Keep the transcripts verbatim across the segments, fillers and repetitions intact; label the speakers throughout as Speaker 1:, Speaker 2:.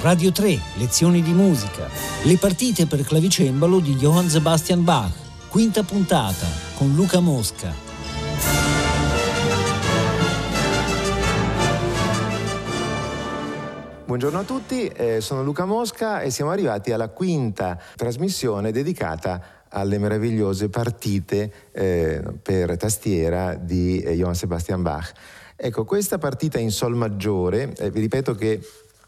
Speaker 1: Radio tre, lezioni di musica, le partite per clavicembalo di Johann Sebastian Bach, quinta puntata con Luca Mosca.
Speaker 2: Buongiorno a tutti, eh, sono Luca Mosca e siamo arrivati alla quinta trasmissione dedicata alle meravigliose partite eh, per tastiera di eh, Johann Sebastian Bach. Ecco, questa partita in sol maggiore, eh, vi ripeto che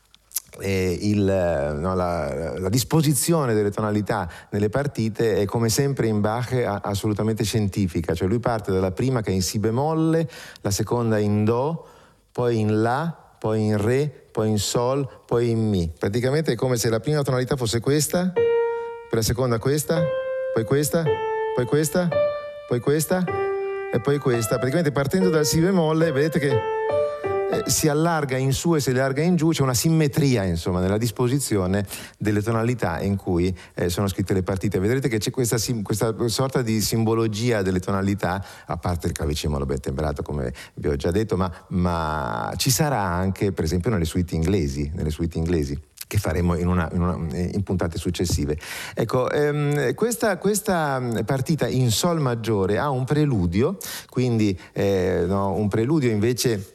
Speaker 2: eh, il, no, la, la disposizione delle tonalità nelle partite è come sempre in Bach assolutamente scientifica, cioè lui parte dalla prima che è in Si bemolle, la seconda in Do, poi in La, poi in Re, poi in Sol, poi in Mi. Praticamente è come se la prima tonalità fosse questa, poi la seconda questa, poi questa, poi questa, poi questa e poi questa. Praticamente partendo dal Si bemolle vedete che eh, si allarga in su e si allarga in giù, c'è una simmetria insomma nella disposizione delle tonalità in cui eh, sono scritte le partite. Vedrete che c'è questa, sim- questa sorta di simbologia delle tonalità, a parte il clavicembalo ben temprato come vi ho già detto, ma, ma ci sarà anche per esempio nelle suite inglesi, nelle suite inglesi che faremo in, una, in, una, in puntate successive. Ecco, ehm, questa, questa partita in sol maggiore ha un preludio, quindi eh, no, un preludio invece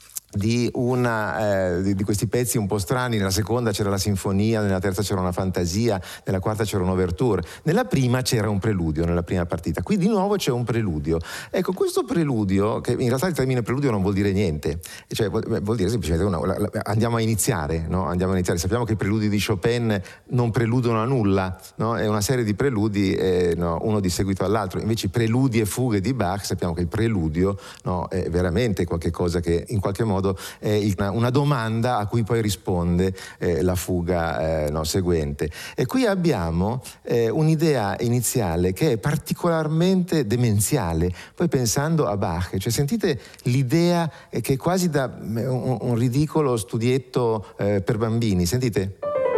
Speaker 2: di una eh, di, di questi pezzi un po' strani. Nella seconda c'era la sinfonia, nella terza c'era una fantasia, nella quarta c'era un overture, nella prima c'era un preludio, nella prima partita. Qui di nuovo c'è un preludio. Ecco, questo preludio, che in realtà il termine preludio non vuol dire niente, cioè vuol, vuol dire semplicemente una, la, la, andiamo a iniziare, no? Andiamo a iniziare. Sappiamo che i preludi di Chopin non preludono a nulla, no? È una serie di preludi, eh, no? Uno di seguito all'altro. Invece i preludi e fughe di Bach, sappiamo che il preludio, no? È veramente qualche cosa che in qualche modo è una domanda a cui poi risponde eh, la fuga eh, no, seguente. E qui abbiamo eh, un'idea iniziale che è particolarmente demenziale. Poi pensando a Bach, cioè sentite l'idea che è quasi da un, un ridicolo studietto eh, per bambini, sentite?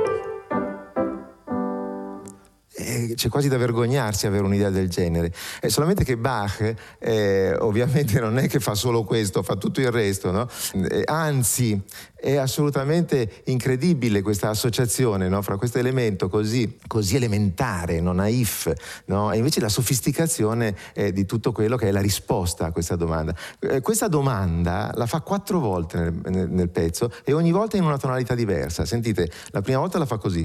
Speaker 2: C'è quasi da vergognarsi avere un'idea del genere. È solamente che Bach eh, ovviamente non è che fa solo questo, fa tutto il resto, no? Eh, anzi è assolutamente incredibile questa associazione, no? Fra questo elemento così, così elementare, no? Naif, no? E invece la sofisticazione eh, di tutto quello che è la risposta a questa domanda. Eh, questa domanda la fa quattro volte nel, nel, nel pezzo e ogni volta in una tonalità diversa. Sentite, la prima volta la fa così.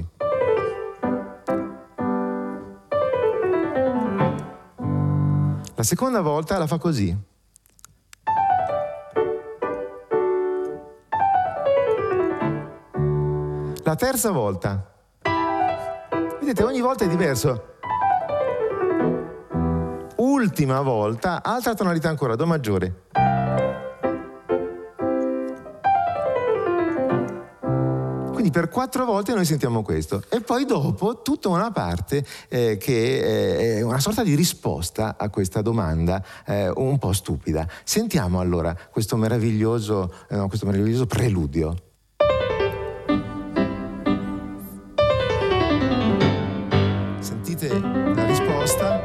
Speaker 2: La seconda volta la fa così. La terza volta. Vedete, ogni volta è diverso. Ultima volta, altra tonalità ancora, Do maggiore. Quindi per quattro volte noi sentiamo questo e poi dopo tutta una parte eh, che è una sorta di risposta a questa domanda eh, un po' stupida. Sentiamo allora questo meraviglioso, eh, no, questo meraviglioso preludio. Sentite la risposta.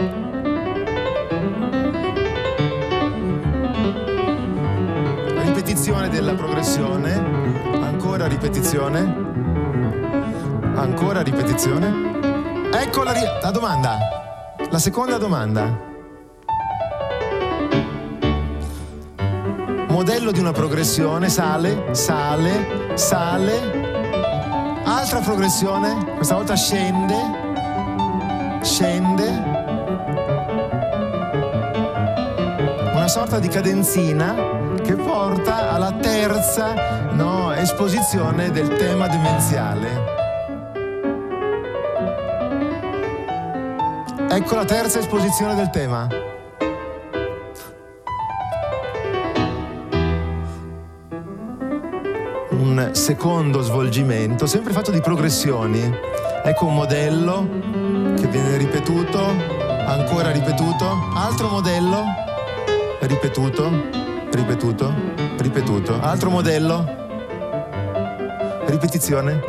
Speaker 2: La ripetizione della progressione, ancora ripetizione. Ancora ripetizione. Ecco la, ri- la domanda. La seconda domanda. Modello di una progressione, sale, sale, sale. Altra progressione, questa volta scende, scende. Una sorta di cadenzina che porta alla terza, no, esposizione del tema demenziale. Ecco la terza esposizione del tema. Un secondo svolgimento, sempre fatto di progressioni. Ecco un modello che viene ripetuto, ancora ripetuto, altro modello, ripetuto, ripetuto, ripetuto, altro modello, ripetizione.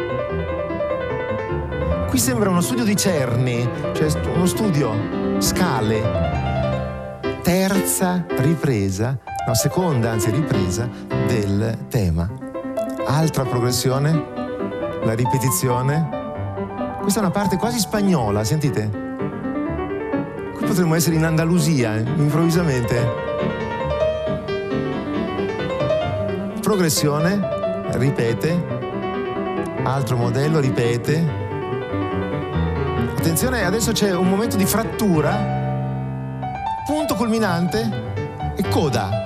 Speaker 2: Qui sembra uno studio di Cerni, cioè uno studio scale. Terza ripresa, no, seconda anzi ripresa del tema. Altra progressione, la ripetizione. Questa è una parte quasi spagnola, sentite? Qui potremmo essere in Andalusia, improvvisamente. Progressione, ripete. Altro modello, ripete. Attenzione, adesso c'è un momento di frattura, punto culminante e coda.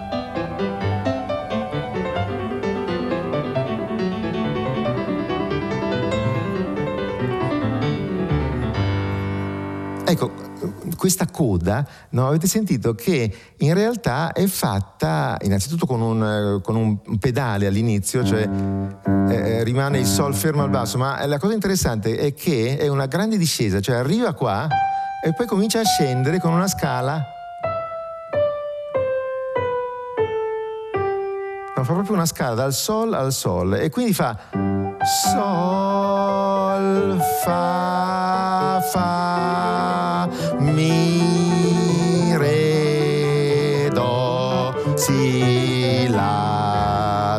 Speaker 2: Ecco, questa coda, no, avete sentito che in realtà è fatta innanzitutto con un, con un pedale all'inizio, cioè eh, rimane il sol fermo al basso, ma la cosa interessante è che è una grande discesa, cioè arriva qua e poi comincia a scendere con una scala. No, fa proprio una scala dal sol al sol e quindi fa sol, fa, fa, mi, re, do, si, la,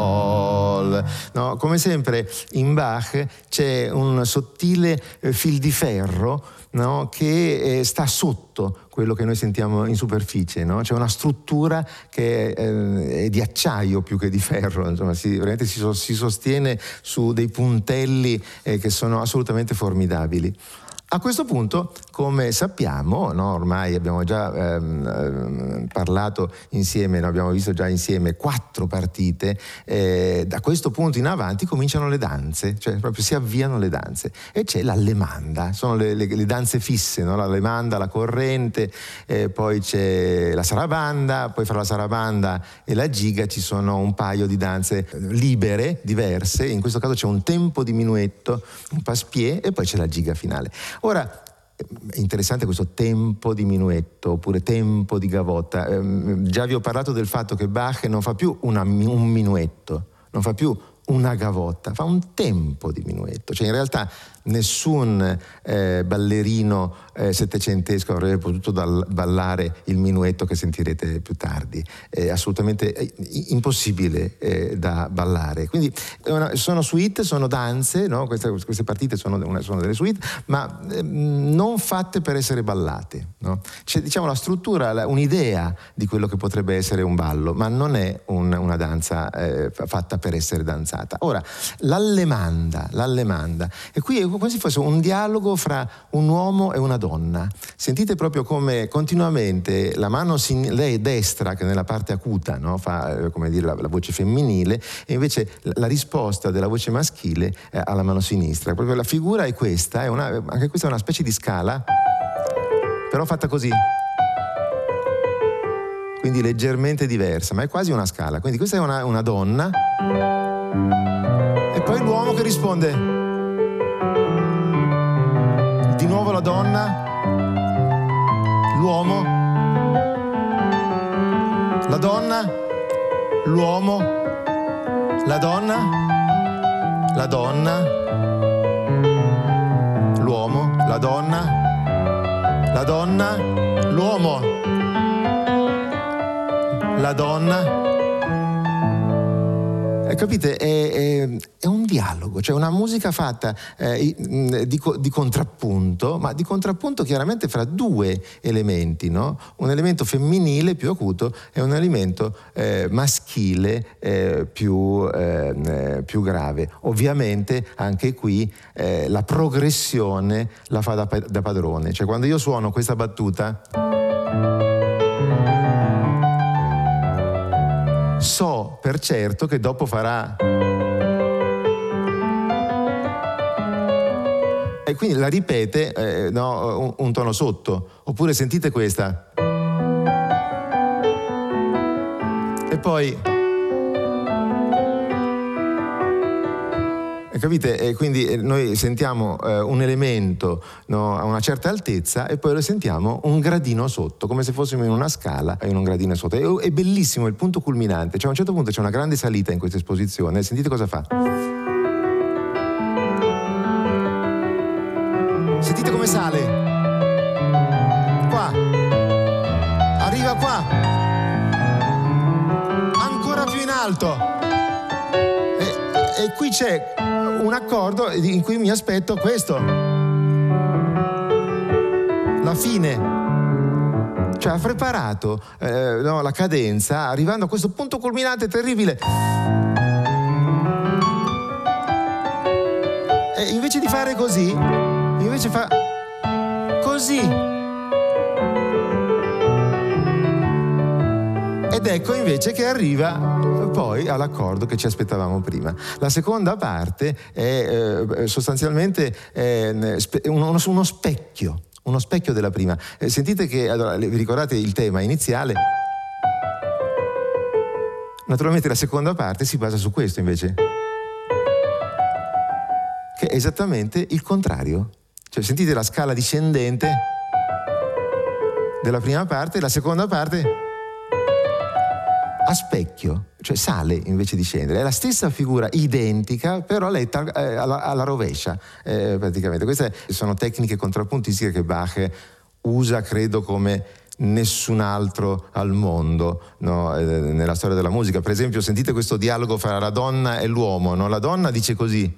Speaker 2: sol. No, come sempre in Bach c'è un sottile fil di ferro, no, che eh, sta sotto quello che noi sentiamo in superficie, no? C'è una struttura che eh, è di acciaio più che di ferro, insomma, si, veramente si, si sostiene su dei puntelli eh, che sono assolutamente formidabili. A questo punto, come sappiamo, no, ormai abbiamo già ehm, parlato insieme, no, abbiamo visto già insieme quattro partite, eh, da questo punto in avanti cominciano le danze, cioè proprio si avviano le danze e c'è l'allemanda, sono le, le, le danze fisse, no? L'allemanda, la corrente, eh, poi c'è la sarabanda, poi fra la sarabanda e la giga ci sono un paio di danze libere, diverse, in questo caso c'è un tempo di minuetto, un passepied e poi c'è la giga finale. Ora, è interessante questo tempo di minuetto oppure tempo di gavotta. Eh, già vi ho parlato del fatto che Bach non fa più una, un minuetto, non fa più una gavotta, fa un tempo di minuetto. Cioè in realtà nessun eh, ballerino eh, settecentesco avrebbe potuto dal- ballare il minuetto che sentirete più tardi. È assolutamente è impossibile eh, da ballare. Quindi una, sono suite, sono danze, no? queste, queste partite sono, una, sono delle suite, ma eh, non fatte per essere ballate. No? C'è, diciamo, la struttura, la, un'idea di quello che potrebbe essere un ballo, ma non è un, una danza eh, fatta per essere danzata. Ora, l'allemanda, l'allemanda, e qui è come se fosse un dialogo fra un uomo e una donna. Sentite proprio come continuamente la mano sin- lei destra, che nella parte acuta, no? fa eh, come dire la, la voce femminile, e invece la, la risposta della voce maschile eh, alla mano sinistra. Proprio la figura è questa, è una, anche questa è una specie di scala, però fatta così. Quindi leggermente diversa, ma è quasi una scala. Quindi questa è una, una donna e poi l'uomo che risponde. Di nuovo la donna, l'uomo, la donna, l'uomo, la donna, la donna, l'uomo, la donna, la donna, l'uomo, la donna. Eh, capite? È, è, è un dialogo, cioè una musica fatta eh, di, di contrappunto, ma di contrappunto chiaramente fra due elementi, no? Un elemento femminile più acuto e un elemento eh, maschile eh, più, eh, più grave. Ovviamente anche qui eh, la progressione la fa da, da padrone, cioè quando io suono questa battuta so per certo che dopo farà e quindi la ripete eh, no, un, un tono sotto. Oppure sentite questa e poi capite? E quindi noi sentiamo eh, un elemento, no, a una certa altezza e poi lo sentiamo un gradino sotto, come se fossimo in una scala in un gradino sotto. È, è bellissimo il punto culminante, cioè a un certo punto c'è una grande salita in questa esposizione. Sentite cosa fa. Sentite come sale. Qua. Arriva qua. Ancora più in alto. e qui c'è un accordo in cui mi aspetto questo, la fine. Cioè ha preparato eh, no, la cadenza arrivando a questo punto culminante terribile. E invece di fare così, invece fa così. Ed ecco invece che arriva poi all'accordo che ci aspettavamo prima. La seconda parte è eh, sostanzialmente eh, uno, uno specchio. Uno specchio della prima. Eh, sentite che, allora, vi ricordate il tema iniziale? Naturalmente la seconda parte si basa su questo invece, che è esattamente il contrario. Cioè sentite la scala discendente della prima parte, la seconda parte a specchio, cioè sale invece di scendere. È la stessa figura identica, però letta eh, alla, alla rovescia, eh, praticamente. Queste sono tecniche contrappuntistiche che Bach usa, credo, come nessun altro al mondo, no? eh, nella storia della musica. Per esempio, sentite questo dialogo fra la donna e l'uomo, no? La donna dice così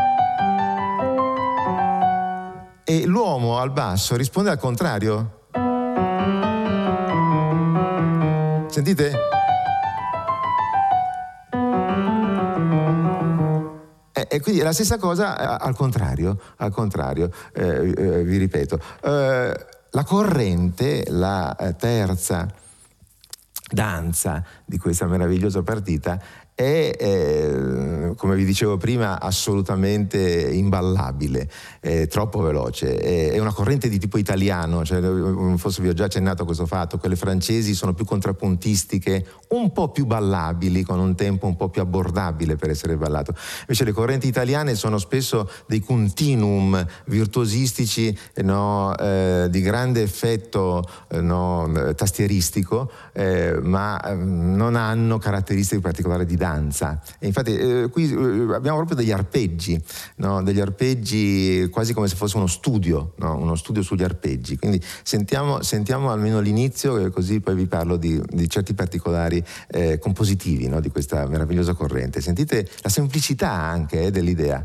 Speaker 2: e l'uomo al basso risponde al contrario. Sentite? E quindi è la stessa cosa al contrario, al contrario, eh, eh, vi ripeto. Eh, la corrente, la terza danza di questa meravigliosa partita è, eh, come vi dicevo prima, assolutamente imballabile, è troppo veloce, è, è una corrente di tipo italiano, cioè, forse vi ho già accennato a questo fatto. Quelle francesi sono più contrappuntistiche, un po' più ballabili, con un tempo un po' più abbordabile per essere ballato. Invece le correnti italiane sono spesso dei continuum virtuosistici, no, eh, di grande effetto eh, no, tastieristico, eh, ma eh, non hanno caratteristiche particolari di danza. E infatti eh, qui eh, abbiamo proprio degli arpeggi, no? Degli arpeggi quasi come se fosse uno studio, no? Uno studio sugli arpeggi. Quindi sentiamo, sentiamo almeno l'inizio, e così poi vi parlo di, di certi particolari eh, compositivi, no? Di questa meravigliosa corrente. Sentite la semplicità anche eh, dell'idea.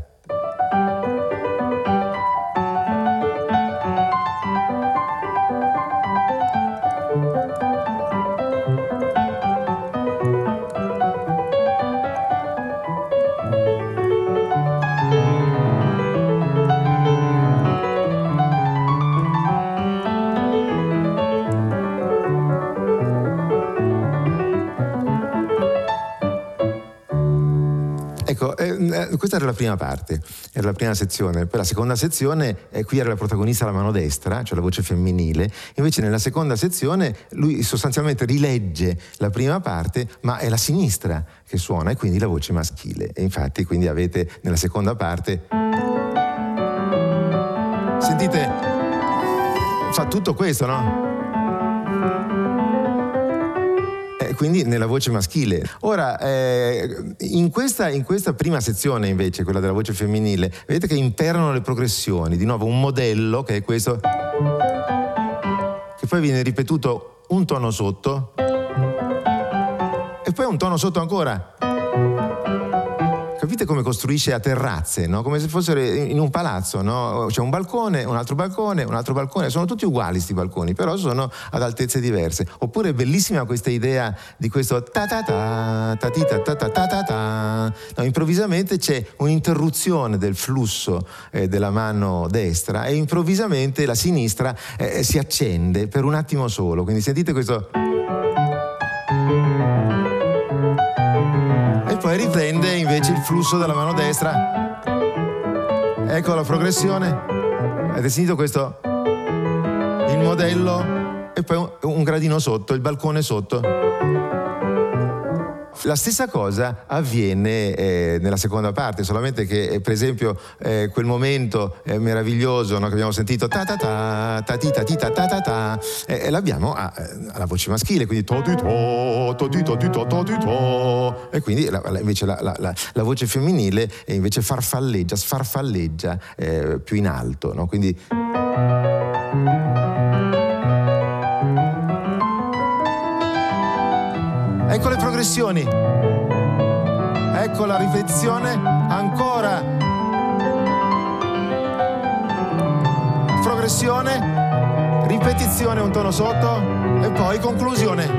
Speaker 2: Ecco, eh, questa era la prima parte, era la prima sezione. Poi la seconda sezione, eh, qui era la protagonista la mano destra, cioè la voce femminile. Invece nella seconda sezione lui sostanzialmente rilegge la prima parte, ma è la sinistra che suona e quindi la voce maschile. E infatti quindi avete nella seconda parte, sentite, fa tutto questo, no? Quindi nella voce maschile. Ora, eh, in, questa, in questa prima sezione invece, quella della voce femminile, vedete che imperano le progressioni, di nuovo un modello che è questo, che poi viene ripetuto un tono sotto e poi un tono sotto ancora. Capite come costruisce a terrazze, no? Come se fossero in un palazzo, no? C'è un balcone, un altro balcone, un altro balcone, sono tutti uguali sti balconi, però sono ad altezze diverse. Oppure è bellissima questa idea di questo ta ta ta ta ta ta ta ta ta ta. No, improvvisamente c'è un'interruzione del flusso eh, della mano destra e improvvisamente la sinistra eh, si accende per un attimo solo. Quindi sentite questo. E poi riprende invece il flusso della mano destra. Ecco la progressione. Avete sentito questo? Il modello e poi un, un gradino sotto, il balcone sotto. La stessa cosa avviene eh, nella seconda parte, solamente che eh, per esempio eh, quel momento eh, meraviglioso, no, che abbiamo sentito ta ta ta ta ti ta ti ta ta ta ta, eh, l'abbiamo a, alla voce maschile, quindi to ti to to ti to ti to to ti to, e quindi la, la, invece la, la, la, la voce femminile eh, invece farfalleggia, sfarfalleggia eh, più in alto, no? Quindi ecco le progressioni. ecco la ripetizione, ancora progressione, ripetizione un tono sotto e poi conclusione.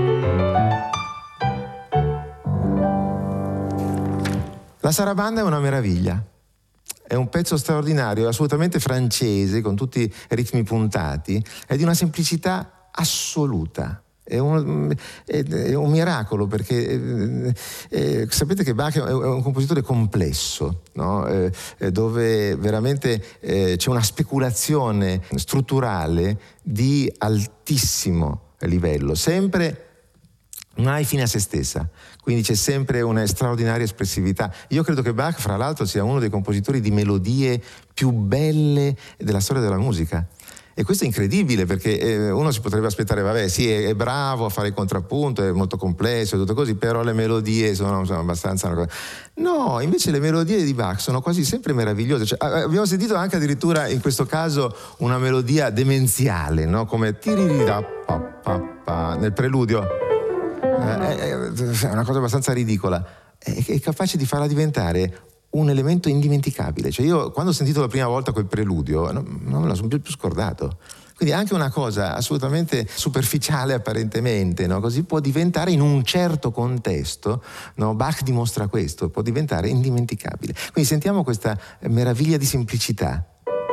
Speaker 2: La sarabanda è una meraviglia, è un pezzo straordinario, assolutamente francese, con tutti i ritmi puntati, è di una semplicità assoluta. È un, è, è un miracolo, perché eh, eh, sapete che Bach è un compositore complesso, no? eh, dove veramente eh, c'è una speculazione strutturale di altissimo livello, sempre mai fine a se stessa, quindi c'è sempre una straordinaria espressività. Io credo che Bach, fra l'altro, sia uno dei compositori di melodie più belle della storia della musica. E questo è incredibile, perché eh, uno si potrebbe aspettare, vabbè, sì, è, è bravo a fare il contrappunto, è molto complesso e tutto così, però le melodie sono, sono abbastanza una cosa. No, invece le melodie di Bach sono quasi sempre meravigliose. Cioè, abbiamo sentito anche addirittura in questo caso una melodia demenziale, no? Come tiririda pa pa pa nel preludio. È una cosa abbastanza ridicola, è capace di farla diventare un elemento indimenticabile. Cioè io, quando ho sentito la prima volta quel preludio, non, non me lo sono più, più scordato. Quindi anche una cosa assolutamente superficiale apparentemente, no? Così può diventare, in un certo contesto, no? Bach dimostra questo, può diventare indimenticabile. Quindi sentiamo questa meraviglia di semplicità.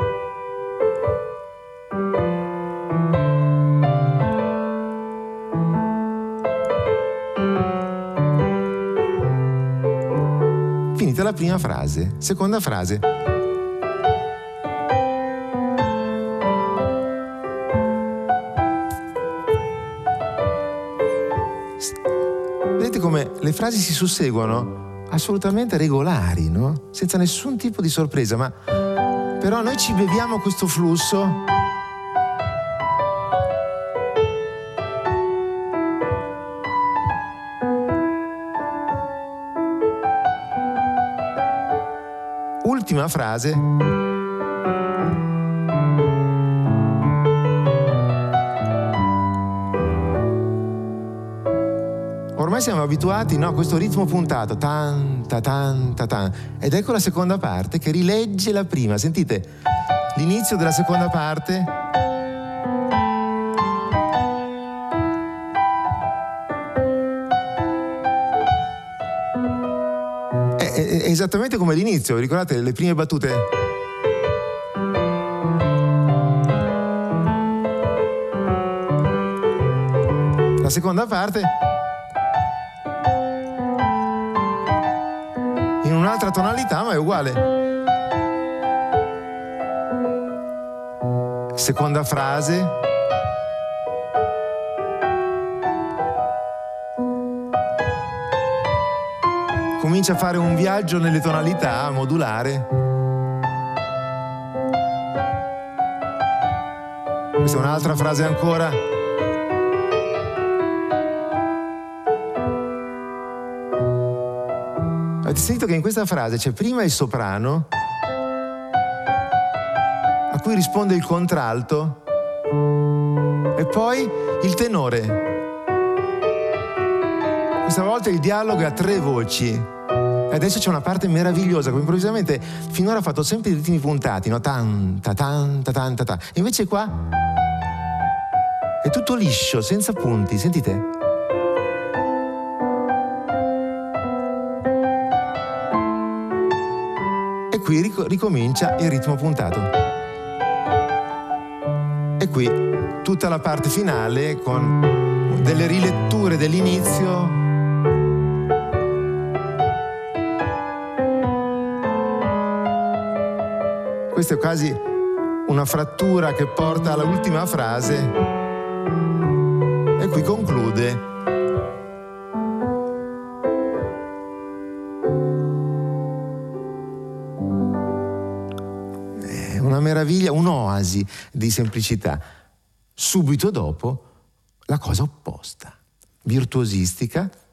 Speaker 2: Finita la prima frase, seconda frase. Vedete come le frasi si susseguono assolutamente regolari, no? Senza nessun tipo di sorpresa, ma però noi ci beviamo questo flusso. Ultima frase. Ormai siamo abituati, no, a questo ritmo puntato, tan, ta, tan, ta, tan. Ed ecco la seconda parte che rilegge la prima. Sentite l'inizio della seconda parte. È esattamente come l'inizio, vi ricordate le prime battute? La seconda parte in un'altra tonalità, ma è uguale. Seconda frase. Comincia a fare un viaggio nelle tonalità, a modulare. Questa è un'altra frase ancora. Avete sentito che in questa frase c'è prima il soprano, a cui risponde il contralto, e poi il tenore. Questa volta il dialogo è a tre voci. E adesso c'è una parte meravigliosa, che improvvisamente finora ha fatto sempre i ritmi puntati, no? Tan, ta, tan, ta, tan, ta, ta. E invece qua è tutto liscio, senza punti, sentite? E qui ric- ricomincia il ritmo puntato. E qui tutta la parte finale con delle riletture dell'inizio. Questa è quasi una frattura che porta all'ultima frase e qui conclude. È una meraviglia, un'oasi di semplicità. Subito dopo la cosa opposta, virtuosistica,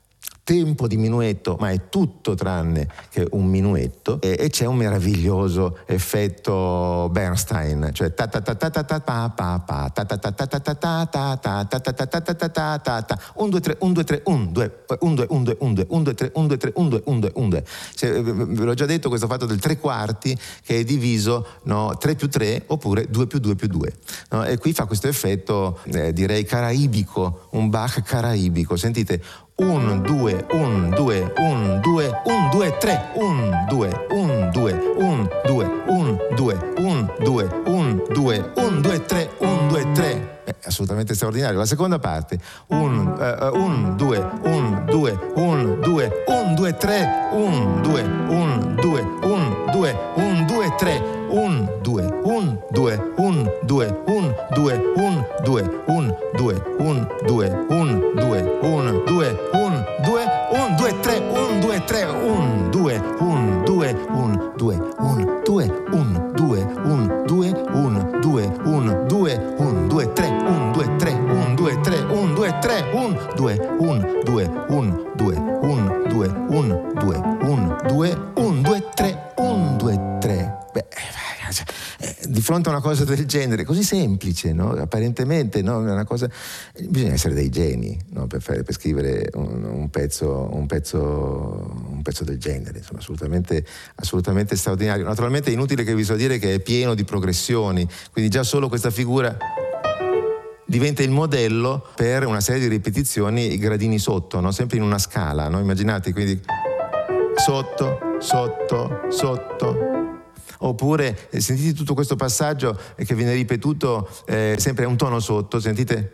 Speaker 2: tempo di minuetto, ma è tutto tranne che un minuetto, e, e c'è un meraviglioso effetto Bernstein, cioè ta ta ta ta ta ta pa pa pa ta ta ta ta ta ta ta ta ta ta ta ta ta ta ta ta ta un due tre un due tre un due un due un due un due un due tre un due tre un due un due un due. Ve l'ho già detto, questo fatto del tre quarti che è diviso, no, tre più tre oppure due più due più due, no? E qui fa questo effetto eh, direi caraibico, un Bach caraibico. Sentite: un, due, un, due, un, due, un, due, tre, un, due, un, due, un, due, un, due, un, due, un, due, un, due, tre, un, due, tre. Beh, assolutamente straordinario. La seconda parte: un, uh, un, due, un, due, un, due, un, due, tre, un, due, un, due, un, due, un, due, tre, un, due, un, due, un, due, un, due, un, due, un, due, un, due, un, due, un, due, un, due, un, due, tre, un, due, tre, un, due, un, due, un, due, un, due, un, due, un, due, un, due, un, due, un, due, tre, un, due, tre, un, due, tre, un, due, tre, un, due, un, due, un, due, un, due, un, due, un, due, un, due, tre, un, due, tre. Beh, di fronte a una cosa del genere, così semplice, no? Apparentemente, no? Una cosa, bisogna essere dei geni, no? per, fare, per scrivere un, un, pezzo, un, pezzo, un pezzo del genere, insomma, assolutamente, assolutamente straordinario. Naturalmente è inutile che vi so dire che è pieno di progressioni, quindi già solo questa figura diventa il modello per una serie di ripetizioni, i gradini sotto, no? Sempre in una scala, no? Immaginate, quindi sotto, sotto, sotto. Oppure eh, sentite tutto questo passaggio eh, che viene ripetuto eh, sempre a un tono sotto, sentite?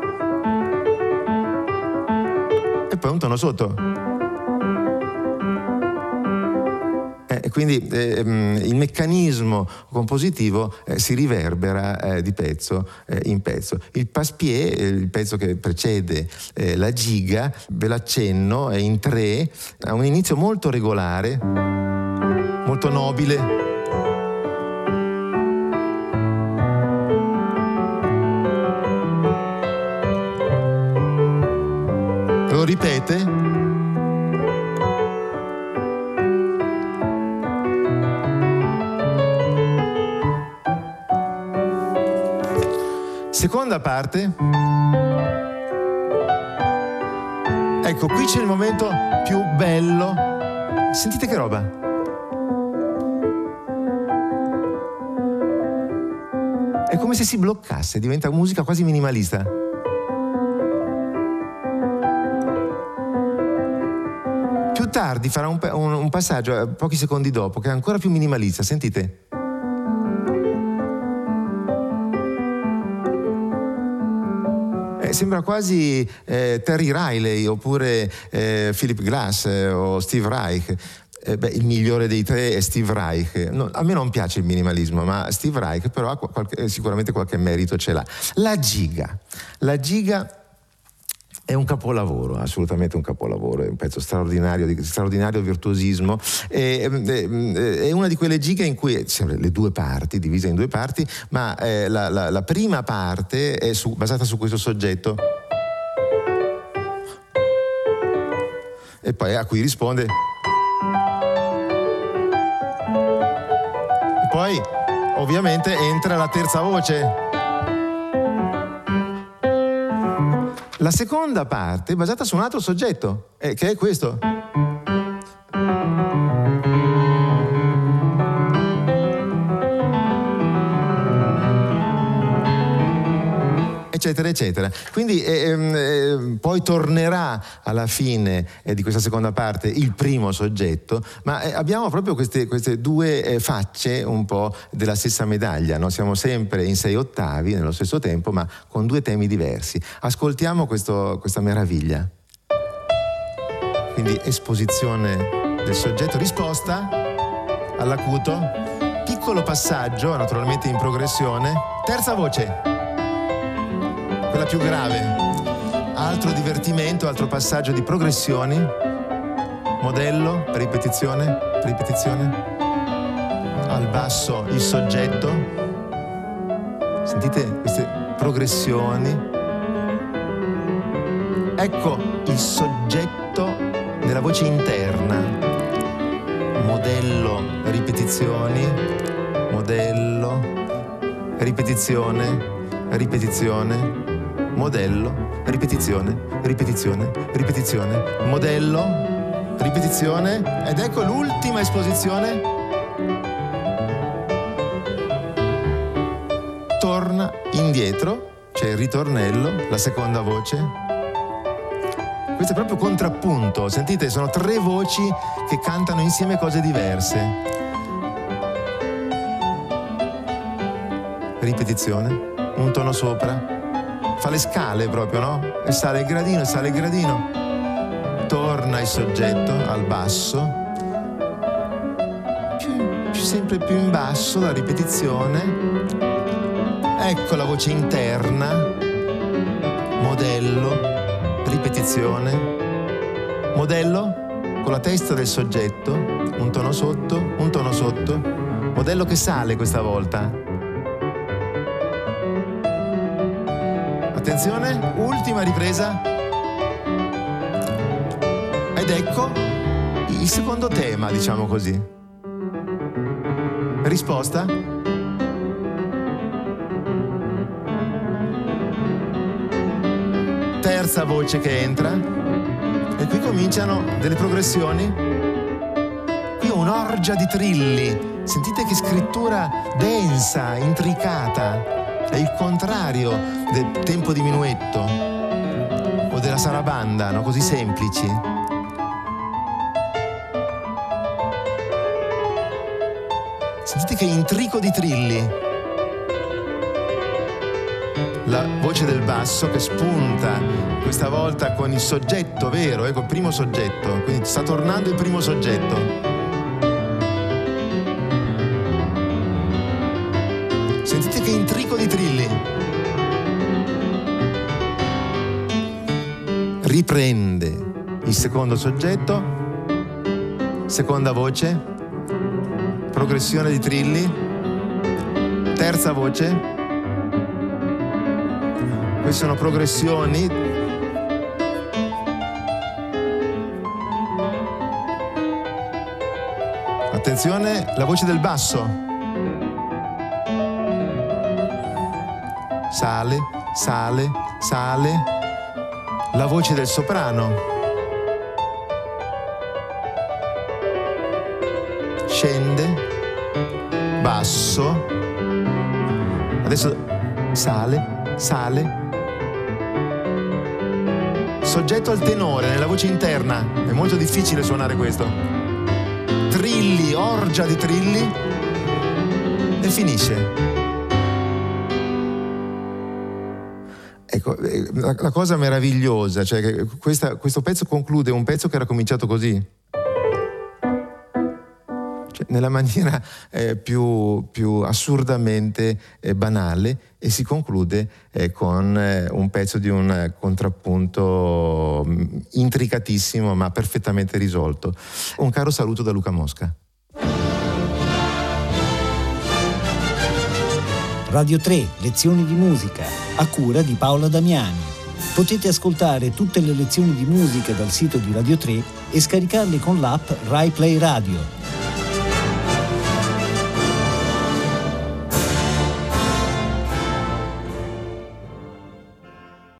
Speaker 2: E poi un tono sotto. E quindi eh, il meccanismo compositivo eh, si riverbera eh, di pezzo eh, in pezzo. Il Passepied, eh, il pezzo che precede eh, la giga, ve l'accenno, è in tre, ha un inizio molto regolare, molto nobile. Lo ripete. Seconda parte. Ecco, qui c'è il momento più bello. Sentite che roba. È come se si bloccasse, diventa musica quasi minimalista. Più tardi farà un, un, un passaggio, pochi secondi dopo, che è ancora più minimalista. Sentite. Sembra quasi eh, Terry Riley oppure eh, Philip Glass eh, o Steve Reich. Eh, beh, il migliore dei tre è Steve Reich. No, a me non piace il minimalismo, ma Steve Reich però ha qualche, sicuramente qualche merito ce l'ha. La giga. La giga è un capolavoro, assolutamente un capolavoro, è un pezzo straordinario, di straordinario virtuosismo. È, è, è una di quelle gighe in cui sempre le due parti, divise in due parti, ma eh, la, la, la prima parte è su, basata su questo soggetto e poi a cui risponde. E poi ovviamente entra la terza voce. La seconda parte è basata su un altro soggetto, eh, che è questo. Eccetera, eccetera. Quindi eh, eh, poi tornerà alla fine eh, di questa seconda parte il primo soggetto, ma eh, abbiamo proprio queste, queste due eh, facce un po' della stessa medaglia, no? Siamo sempre in sei ottavi nello stesso tempo, ma con due temi diversi. Ascoltiamo questo, questa meraviglia. Quindi esposizione del soggetto, risposta all'acuto, piccolo passaggio, naturalmente in progressione, terza voce. Quella più grave, altro divertimento, altro passaggio di progressioni, modello, ripetizione, ripetizione, al basso il soggetto, sentite queste progressioni, ecco il soggetto nella voce interna, modello, ripetizioni, modello, ripetizione, ripetizione, modello, ripetizione, ripetizione, ripetizione, modello, ripetizione, ed ecco l'ultima esposizione. Torna indietro, c'è il ritornello, la seconda voce. Questo è proprio contrappunto, sentite, sono tre voci che cantano insieme cose diverse. Ripetizione, un tono sopra, fa le scale proprio, no? E sale il gradino, e sale il gradino. Torna il soggetto al basso, più, più sempre più in basso la ripetizione. Ecco la voce interna, modello, ripetizione, modello con la testa del soggetto, un tono sotto, un tono sotto, modello che sale questa volta. Attenzione, ultima ripresa. Ed ecco il secondo tema, diciamo così. Risposta? Terza voce che entra, e qui cominciano delle progressioni. Qui un'orgia di trilli, sentite che scrittura densa, intricata, è il contrario del tempo di minuetto o della sarabanda, no? Così semplici. Sentite che intrico di trilli. La voce del basso che spunta questa volta con il soggetto vero, ecco il primo soggetto, quindi sta tornando il primo soggetto. Sentite che intrico di trilli. Riprende il secondo soggetto, seconda voce, progressione di trilli, terza voce. Queste sono progressioni. Attenzione, la voce del basso. Sale, sale, sale. La voce del soprano. Scende, basso. Adesso sale, sale. Soggetto al tenore nella voce interna, è molto difficile suonare questo. Trilli, orgia di trilli, e finisce. Ecco, la, la cosa meravigliosa, cioè che questa, questo pezzo conclude un pezzo che era cominciato così. Cioè, nella maniera eh, più, più assurdamente eh, banale, e si conclude eh, con eh, un pezzo di un eh, contrappunto intricatissimo ma perfettamente risolto. Un caro saluto da Luca Mosca.
Speaker 1: Radio tre, lezioni di musica, a cura di Paola Damiani. Potete ascoltare tutte le lezioni di musica dal sito di Radio tre e scaricarle con l'app Rai Play Radio.